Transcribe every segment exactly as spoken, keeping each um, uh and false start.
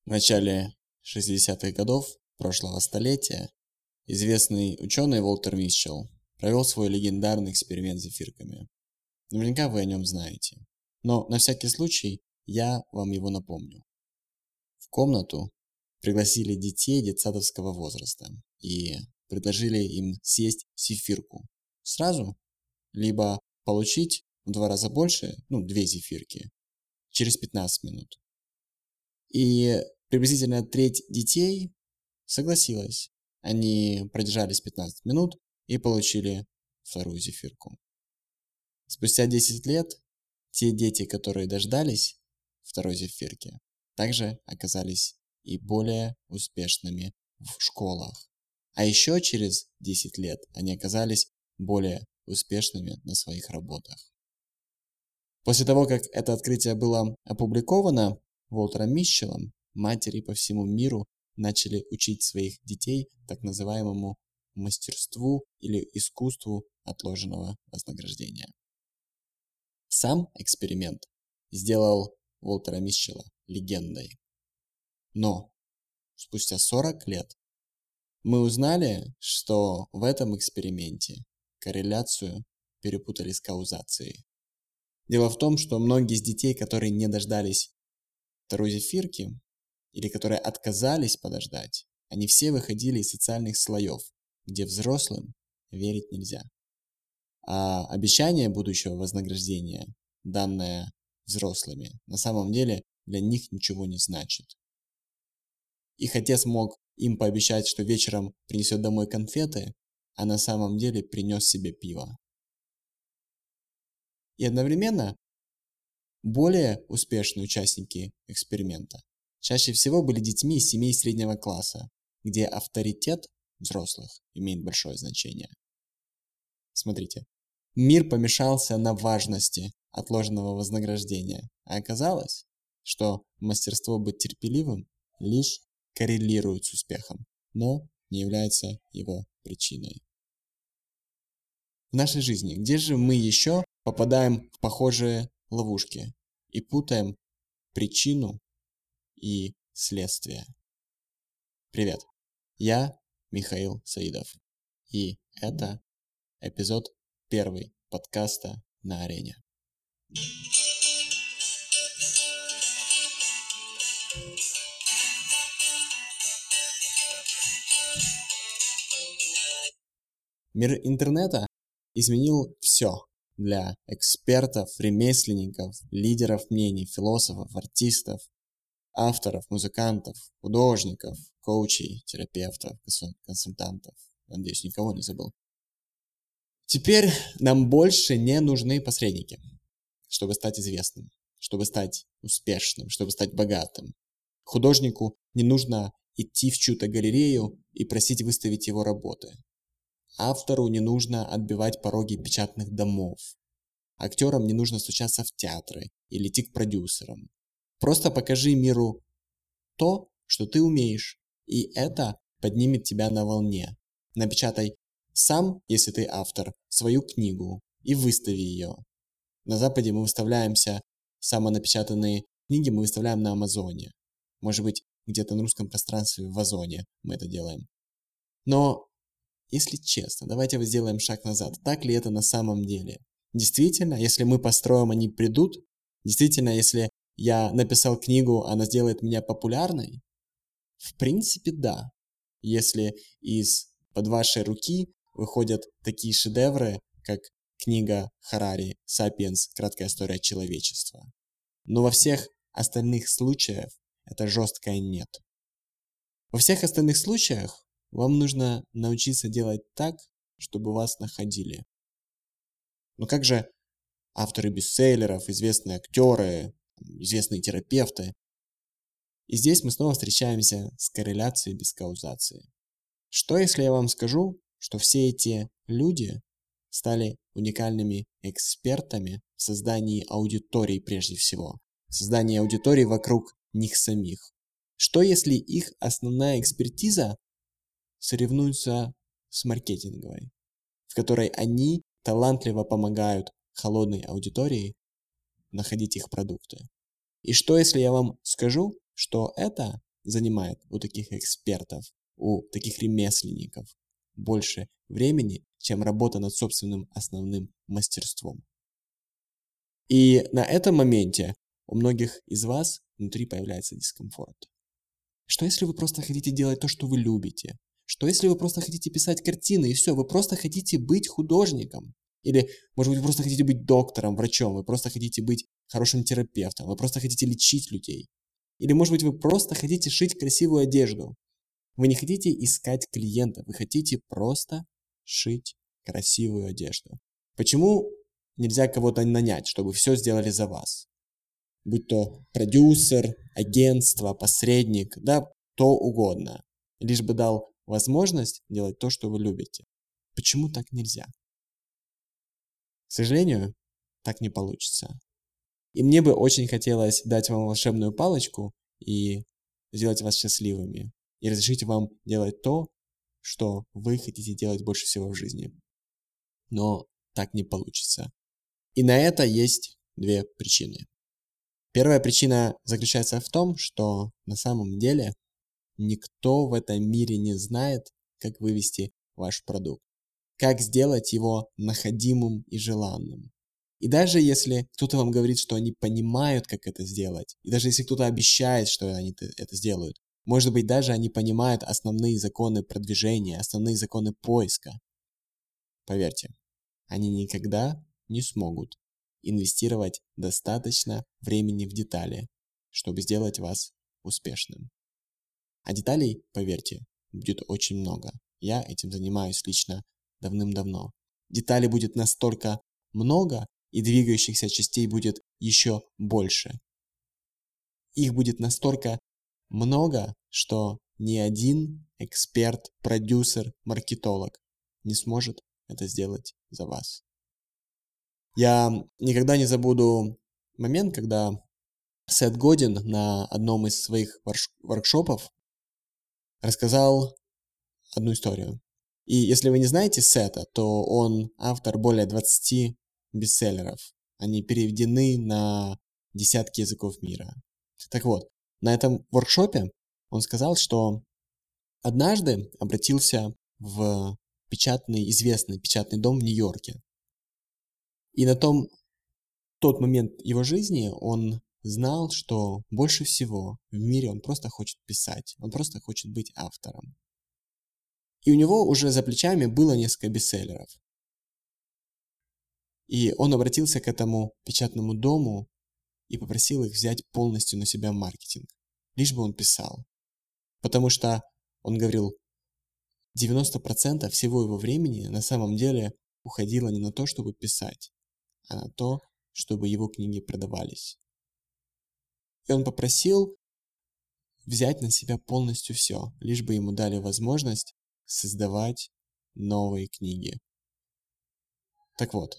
В начале шестидесятых годов прошлого столетия известный ученый Уолтер Митчелл провел свой легендарный эксперимент с зефирками. Наверняка вы о нем знаете. Но на всякий случай я вам его напомню. В комнату пригласили детей детсадовского возраста и предложили им съесть зефирку сразу, либо получить в два раза больше, ну, две зефирки, через пятнадцать минут. И приблизительно треть детей согласилась. Они продержались пятнадцать минут и получили вторую зефирку. Спустя десять лет те дети, которые дождались второй зефирки, также оказались и более успешными в школах. А еще через десять лет они оказались более успешными на своих работах. После того, как это открытие было опубликовано Уолтером Митчеллом, матери по всему миру начали учить своих детей так называемому мастерству или искусству отложенного вознаграждения. Сам эксперимент сделал Уолтера Митчелла легендой. Но спустя сорок лет мы узнали, что в этом эксперименте корреляцию перепутали с каузацией. Дело в том, что многие из детей, которые не дождались второй зефирки, или которые отказались подождать, они все выходили из социальных слоев, где взрослым верить нельзя. А обещание будущего вознаграждения, данное взрослыми, на самом деле для них ничего не значит. Их отец мог им пообещать, что вечером принесет домой конфеты, а на самом деле принес себе пиво. И одновременно более успешные участники эксперимента чаще всего были детьми из семей среднего класса, где авторитет взрослых имеет большое значение. Смотрите, мир помешался на важности отложенного вознаграждения, а оказалось, что мастерство быть терпеливым лишь коррелирует с успехом, но не является его причиной. В нашей жизни, где же мы еще попадаем в похожие ловушки и путаем причину и следствие? Привет, я Михаил Саидов, и это эпизод первый подкаста на арене. Мир интернета изменил все для экспертов, ремесленников, лидеров мнений, философов, артистов, авторов, музыкантов, художников, коучей, терапевтов, консультантов. Надеюсь, никого не забыл. Теперь нам больше не нужны посредники, чтобы стать известным, чтобы стать успешным, чтобы стать богатым. Художнику не нужно идти в чью-то галерею и просить выставить его работы. Автору не нужно отбивать пороги печатных домов. Актерам не нужно стучаться в театры или идти к продюсерам. Просто покажи миру то, что ты умеешь, и это поднимет тебя на волне. Напечатай сам, если ты автор, свою книгу и выстави ее. На Западе мы выставляемся, самонапечатанные книги мы выставляем на Амазоне. Может быть, где-то на русском пространстве в Озоне мы это делаем. Но, если честно, давайте сделаем шаг назад. Так ли это на самом деле? Действительно, если мы построим, они придут? Действительно, если я написал книгу, она сделает меня популярной? В принципе, да. Если из-под вашей руки выходят такие шедевры, как книга Харари «Сапиенс. Краткая история человечества». Но во всех остальных случаях это жесткое «нет». Во всех остальных случаях вам нужно научиться делать так, чтобы вас находили. Но как же авторы бестселлеров, известные актеры, известные терапевты? И здесь мы снова встречаемся с корреляцией без каузации. Что если я вам скажу, что все эти люди стали уникальными экспертами в создании аудитории прежде всего, в создании аудитории вокруг них самих? Что если их основная экспертиза соревнуется с маркетинговой, в которой они талантливо помогают холодной аудитории находить их продукты? И что если я вам скажу, что это занимает у таких экспертов, у таких ремесленников больше времени, чем работа над собственным основным мастерством. И на этом моменте у многих из вас внутри появляется дискомфорт. Что если вы просто хотите делать то, что вы любите? Что если вы просто хотите писать картины и все, вы просто хотите быть художником? Или, может быть, вы просто хотите быть доктором, врачом, вы просто хотите быть хорошим терапевтом, вы просто хотите лечить людей? Или, может быть, вы просто хотите шить красивую одежду? Вы не хотите искать клиента, вы хотите просто шить красивую одежду. Почему нельзя кого-то нанять, чтобы все сделали за вас? Будь то продюсер, агентство, посредник, да, кто угодно. Лишь бы дал возможность делать то, что вы любите. Почему так нельзя? К сожалению, так не получится. И мне бы очень хотелось дать вам волшебную палочку и сделать вас счастливыми. И разрешить вам делать то, что вы хотите делать больше всего в жизни. Но так не получится. И на это есть две причины. Первая причина заключается в том, что на самом деле никто в этом мире не знает, как вывести ваш продукт, как сделать его находимым и желанным. И даже если кто-то вам говорит, что они понимают, как это сделать, и даже если кто-то обещает, что они это сделают, может быть, даже они понимают основные законы продвижения, основные законы поиска. Поверьте, они никогда не смогут инвестировать достаточно времени в детали, чтобы сделать вас успешным. А деталей, поверьте, будет очень много. Я этим занимаюсь лично давным-давно. Деталей будет настолько много, и двигающихся частей будет еще больше. Их будет настолько много, что ни один эксперт, продюсер, маркетолог не сможет это сделать за вас. Я никогда не забуду момент, когда Сет Годин на одном из своих воркшопов рассказал одну историю. И если вы не знаете Сета, то он автор более двадцати бестселлеров. Они переведены на десятки языков мира. Так вот, на этом воркшопе он сказал, что однажды обратился в печатный, известный печатный дом в Нью-Йорке. И на том, тот момент его жизни он знал, что больше всего в мире он просто хочет писать, он просто хочет быть автором. И у него уже за плечами было несколько бестселлеров. И он обратился к этому печатному дому и попросил их взять полностью на себя маркетинг, лишь бы он писал. Потому что, он говорил, девяносто процентов всего его времени на самом деле уходило не на то, чтобы писать, а на то, чтобы его книги продавались. И он попросил взять на себя полностью все, лишь бы ему дали возможность создавать новые книги. Так вот,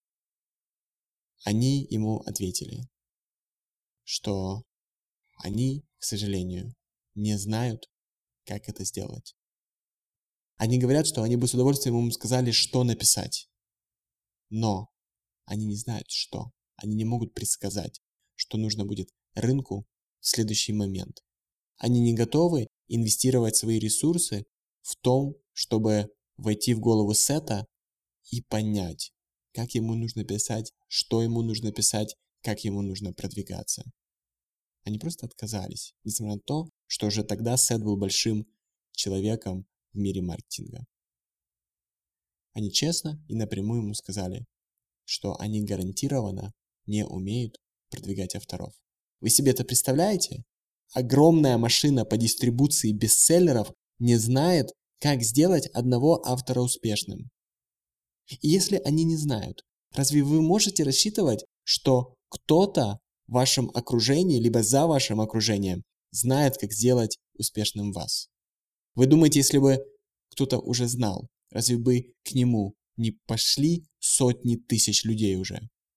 они ему ответили, что они, к сожалению, не знают, как это сделать. Они говорят, что они бы с удовольствием ему сказали, что написать. Но они не знают, что. Они не могут предсказать, что нужно будет рынку в следующий момент. Они не готовы инвестировать свои ресурсы в том, чтобы войти в голову Сета и понять, как ему нужно писать, что ему нужно писать, как ему нужно продвигаться. Они просто отказались, несмотря на то, что уже тогда Сет был большим человеком в мире маркетинга. Они честно и напрямую ему сказали, что они гарантированно не умеют продвигать авторов. Вы себе это представляете? Огромная машина по дистрибуции бестселлеров не знает, как сделать одного автора успешным. И если они не знают, разве вы можете рассчитывать, что кто-то в вашем окружении, либо за вашим окружением, знает, как сделать успешным вас? Вы думаете, если бы кто-то уже знал, разве бы к нему не пошли сотни тысяч людей уже?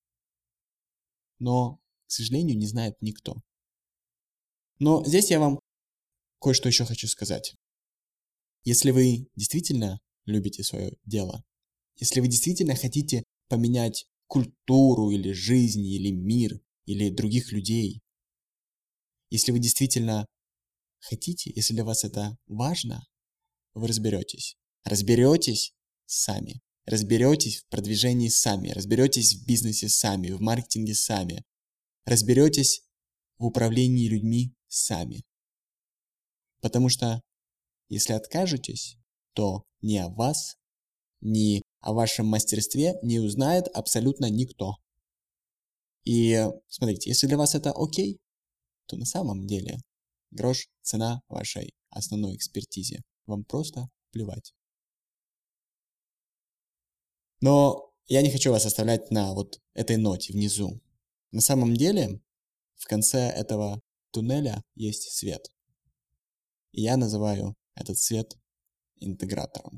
Но, к сожалению, не знает никто. Но здесь я вам кое-что еще хочу сказать. Если вы действительно любите свое дело, если вы действительно хотите поменять культуру или жизнь, или мир, или других людей, если вы действительно хотите, если для вас это важно, вы разберетесь. Разберетесь сами. Разберетесь в продвижении сами. Разберетесь в бизнесе сами, в маркетинге сами. Разберетесь в управлении людьми сами. Потому что если откажетесь, то ни о вас, ни о вашем мастерстве не узнает абсолютно никто. И смотрите, если для вас это окей, то на самом деле грош цена вашей основной экспертизе. Вам просто плевать. Но я не хочу вас оставлять на вот этой ноте внизу. На самом деле, в конце этого туннеля есть свет. И я называю этот свет интегратором.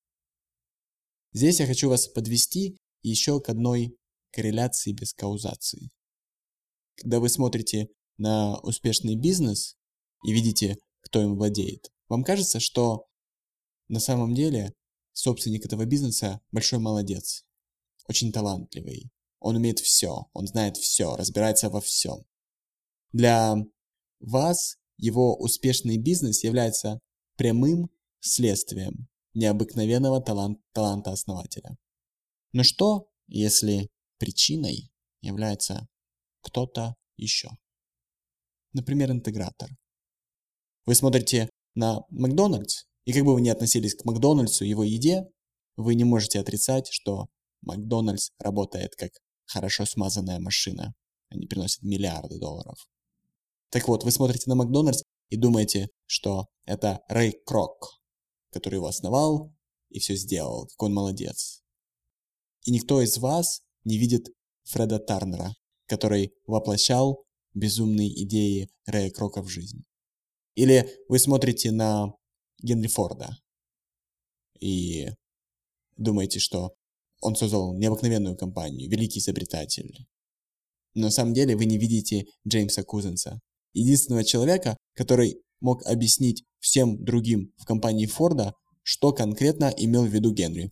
Здесь я хочу вас подвести еще к одной корреляции без каузации. Когда вы смотрите на успешный бизнес и видите, кто им владеет, вам кажется, что на самом деле собственник этого бизнеса большой молодец, очень талантливый. Он умеет все, он знает все, разбирается во всем. Для вас его успешный бизнес является прямым следствием необыкновенного талант, таланта основателя. Но что, если причиной является кто-то еще? Например, интегратор. Вы смотрите на Макдональдс, и как бы вы ни относились к Макдональдсу и его еде, вы не можете отрицать, что Макдональдс работает как хорошо смазанная машина. Они приносят миллиарды долларов. Так вот, вы смотрите на Макдональдс и думаете, что это Рэй Крок, который его основал и все сделал, как он молодец. И никто из вас не видит Фреда Тарнера, который воплощал безумные идеи Рэя Крока в жизнь. Или вы смотрите на Генри Форда и думаете, что он создал необыкновенную компанию, великий изобретатель. Но на самом деле вы не видите Джеймса Кузенса, единственного человека, который мог объяснить всем другим в компании Форда, что конкретно имел в виду Генри.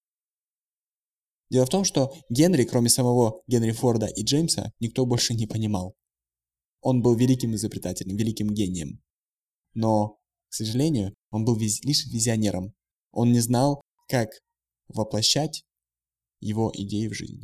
Дело в том, что Генри, кроме самого Генри Форда и Джеймса, никто больше не понимал. Он был великим изобретателем, великим гением. Но, к сожалению, он был виз- лишь визионером. Он не знал, как воплощать его идеи в жизнь.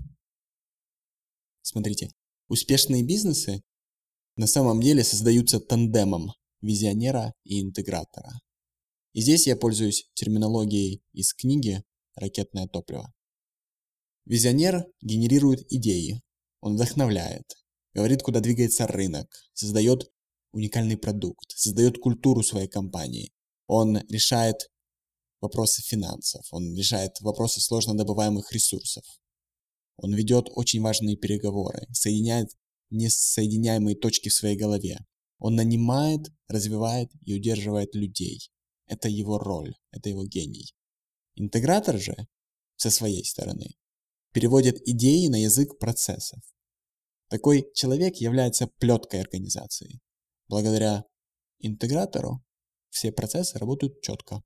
Смотрите, успешные бизнесы на самом деле создаются тандемом визионера и интегратора. И здесь я пользуюсь терминологией из книги «Ракетное топливо». Визионер генерирует идеи, он вдохновляет, говорит, куда двигается рынок, создает уникальный продукт, создает культуру своей компании. Он решает вопросы финансов, он решает вопросы сложно добываемых ресурсов. Он ведет очень важные переговоры, соединяет несоединяемые точки в своей голове. Он нанимает, развивает и удерживает людей. Это его роль, это его гений. Интегратор же, со своей стороны, переводит идеи на язык процессов. Такой человек является плеткой организации. Благодаря интегратору все процессы работают четко.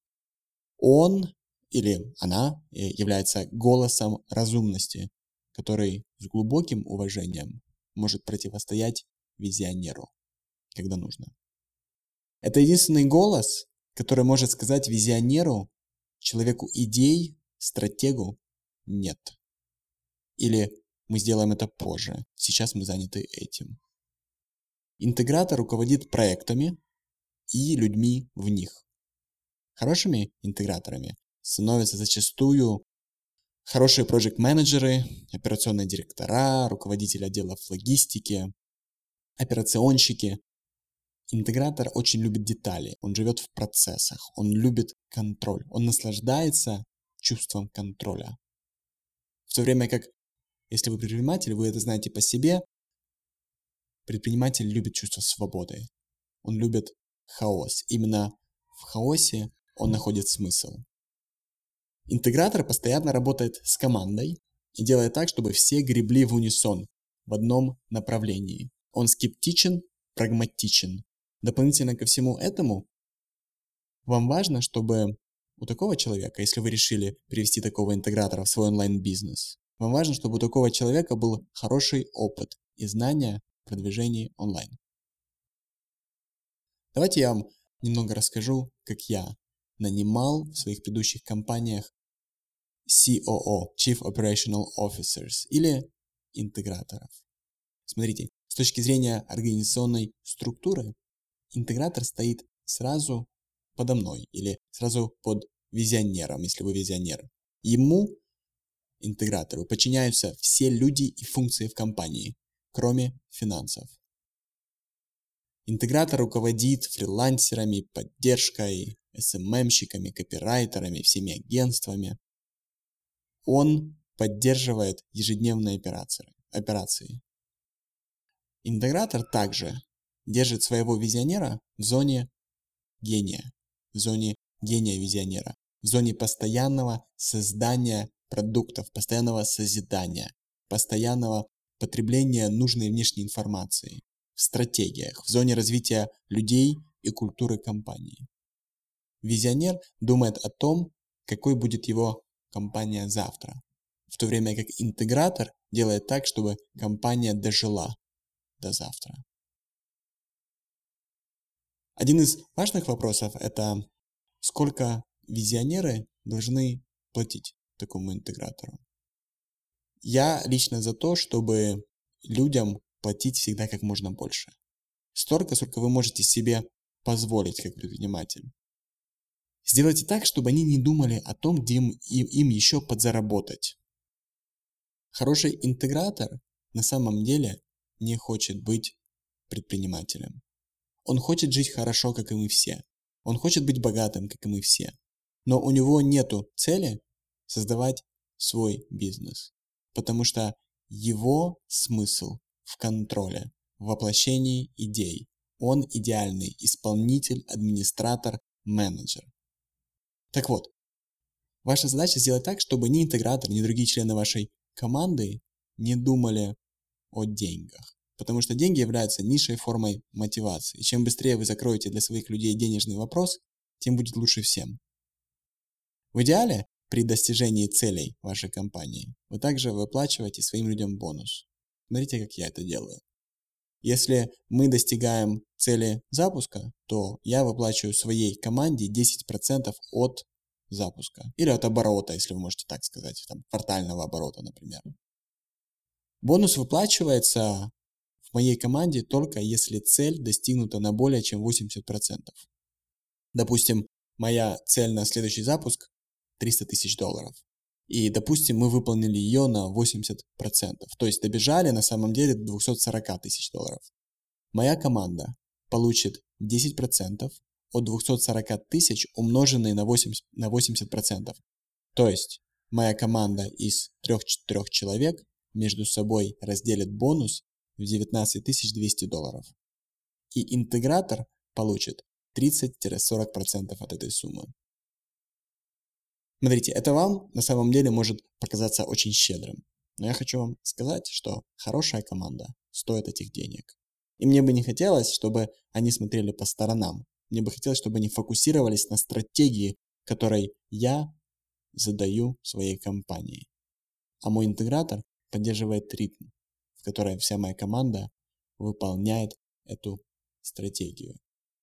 Он или она является голосом разумности, который с глубоким уважением может противостоять визионеру, когда нужно. Это единственный голос, который может сказать визионеру, человеку идей, стратегу «нет». Или мы сделаем это позже, сейчас мы заняты этим. Интегратор руководит проектами и людьми в них. Хорошими интеграторами становятся зачастую хорошие проект-менеджеры, операционные директора, руководители отделов логистики, операционщики. Интегратор очень любит детали, он живет в процессах, он любит контроль, он наслаждается чувством контроля. В то время как, если вы предприниматель, вы это знаете по себе, предприниматель любит чувство свободы, он любит хаос. Именно в хаосе он находит смысл. Интегратор постоянно работает с командой и делает так, чтобы все гребли в унисон, в одном направлении. Он скептичен, прагматичен. Дополнительно ко всему этому, вам важно, чтобы у такого человека, если вы решили привести такого интегратора в свой онлайн-бизнес, вам важно, чтобы у такого человека был хороший опыт и знания в продвижении онлайн. Давайте я вам немного расскажу, как я нанимал в своих предыдущих компаниях си о о, Chief Operational Officers, или интеграторов. Смотрите, с точки зрения организационной структуры, интегратор стоит сразу подо мной или сразу под визионером, если вы визионер. Ему, интегратору, подчиняются все люди и функции в компании, кроме финансов. Интегратор руководит фрилансерами, поддержкой, эс эм эм-щиками, копирайтерами, всеми агентствами. Он поддерживает ежедневные операции. операции. Интегратор также держит своего визионера в зоне гения, в зоне гения-визионера, в зоне постоянного создания продуктов, постоянного созидания, постоянного потребления нужной внешней информации, в стратегиях, в зоне развития людей и культуры компании. Визионер думает о том, какой будет его компания завтра, в то время как интегратор делает так, чтобы компания дожила до завтра. Один из важных вопросов – это сколько визионеры должны платить такому интегратору. Я лично за то, чтобы людям платить всегда как можно больше. Столько, сколько вы можете себе позволить как предприниматель. Сделайте так, чтобы они не думали о том, где им, им, им еще подзаработать. Хороший интегратор на самом деле не хочет быть предпринимателем. Он хочет жить хорошо, как и мы все. Он хочет быть богатым, как и мы все. Но у него нету цели создавать свой бизнес. Потому что его смысл в контроле, в воплощении идей. Он идеальный исполнитель, администратор, менеджер. Так вот, ваша задача сделать так, чтобы ни интегратор, ни другие члены вашей команды не думали о деньгах. Потому что деньги являются низшей формой мотивации. И чем быстрее вы закроете для своих людей денежный вопрос, тем будет лучше всем. В идеале, при достижении целей вашей компании, вы также выплачиваете своим людям бонус. Смотрите, как я это делаю. Если мы достигаем цели запуска, то я выплачиваю своей команде десять процентов от запуска. Или от оборота, если вы можете так сказать, там, квартального оборота, например. Бонус выплачивается в моей команде только если цель достигнута на более чем восемьдесят процентов. Допустим, моя цель на следующий запуск триста тысяч долларов. И, допустим, мы выполнили ее на восемьдесят процентов. То есть добежали на самом деле до двухсот сорока тысяч долларов. Моя команда получит десять процентов от двухсот сорока тысяч, умноженные на восемьдесят процентов. То есть моя команда из трёх-четырёх человек между собой разделит бонус в девятнадцать тысяч двести долларов. И интегратор получит тридцать-сорок процентов от этой суммы. Смотрите, это вам на самом деле может показаться очень щедрым. Но я хочу вам сказать, что хорошая команда стоит этих денег. И мне бы не хотелось, чтобы они смотрели по сторонам. Мне бы хотелось, чтобы они фокусировались на стратегии, которой я задаю своей компании. А мой интегратор поддерживает ритм, в котором вся моя команда выполняет эту стратегию.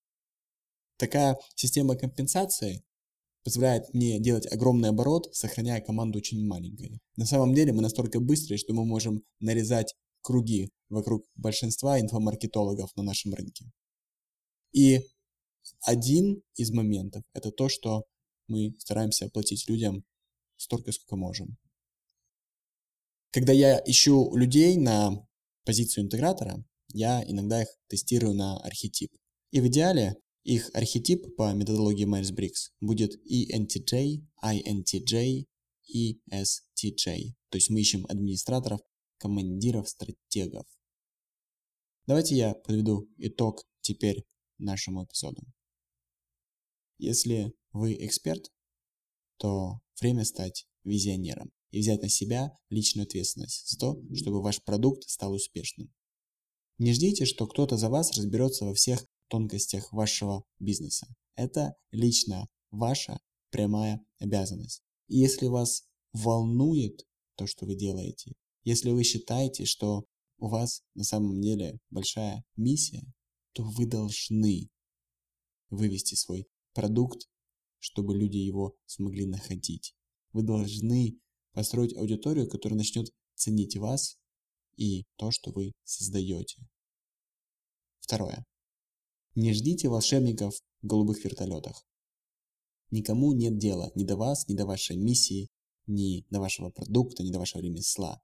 Такая система компенсации позволяет мне делать огромный оборот, сохраняя команду очень маленькой. На самом деле мы настолько быстрые, что мы можем нарезать круги вокруг большинства инфомаркетологов на нашем рынке. И один из моментов – это то, что мы стараемся платить людям столько, сколько можем. Когда я ищу людей на позицию интегратора, я иногда их тестирую на архетип. И в идеале их архетип по методологии Myers-Briggs будет и эн ти джей, ай эн ти джей, и эс ти джей. То есть мы ищем администраторов, командиров, стратегов. Давайте я подведу итог теперь нашему эпизоду. Если вы эксперт, то время стать визионером и взять на себя личную ответственность за то, чтобы ваш продукт стал успешным. Не ждите, что кто-то за вас разберется во всех тонкостях вашего бизнеса. Это лично ваша прямая обязанность. И если вас волнует то, что вы делаете, если вы считаете, что у вас на самом деле большая миссия, то вы должны вывести свой продукт, чтобы люди его смогли находить. Вы должны построить аудиторию, которая начнет ценить вас и то, что вы создаете. Второе. Не ждите волшебников в голубых вертолетах. Никому нет дела ни до вас, ни до вашей миссии, ни до вашего продукта, ни до вашего ремесла.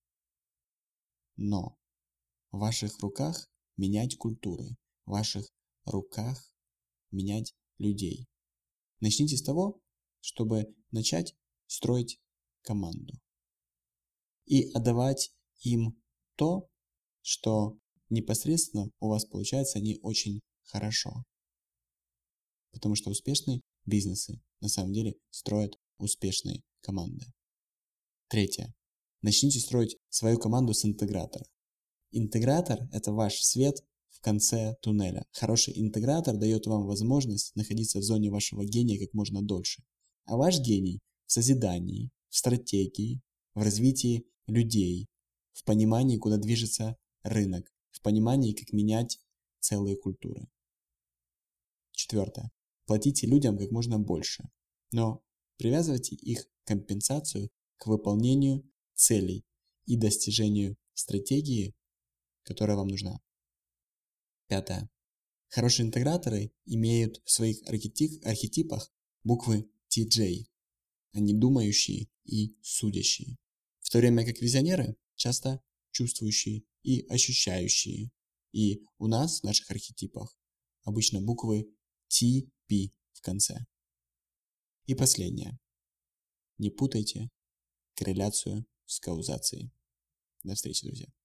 Но в ваших руках менять культуры, в ваших руках менять людей. Начните с того, чтобы начать строить команду и отдавать им то, что непосредственно у вас получается не очень хорошо. Потому что успешные бизнесы на самом деле строят успешные команды. Третье. Начните строить свою команду с интегратора. Интегратор – это ваш свет в конце туннеля. Хороший интегратор дает вам возможность находиться в зоне вашего гения как можно дольше. А ваш гений в созидании, в стратегии, в развитии людей, в понимании, куда движется рынок, в понимании, как менять целые культуры. Четвертое. Платите людям как можно больше, но привязывайте их компенсацию к выполнению целей и достижению стратегии, которая вам нужна. Пятое. Хорошие интеграторы имеют в своих архетип- архетипах буквы ти джей, они думающие и судящие, в то время как визионеры часто чувствующие и ощущающие. И у нас в наших архетипах обычно буквы ти пи в конце. И последнее. Не путайте корреляцию с каузацией. До встречи, друзья.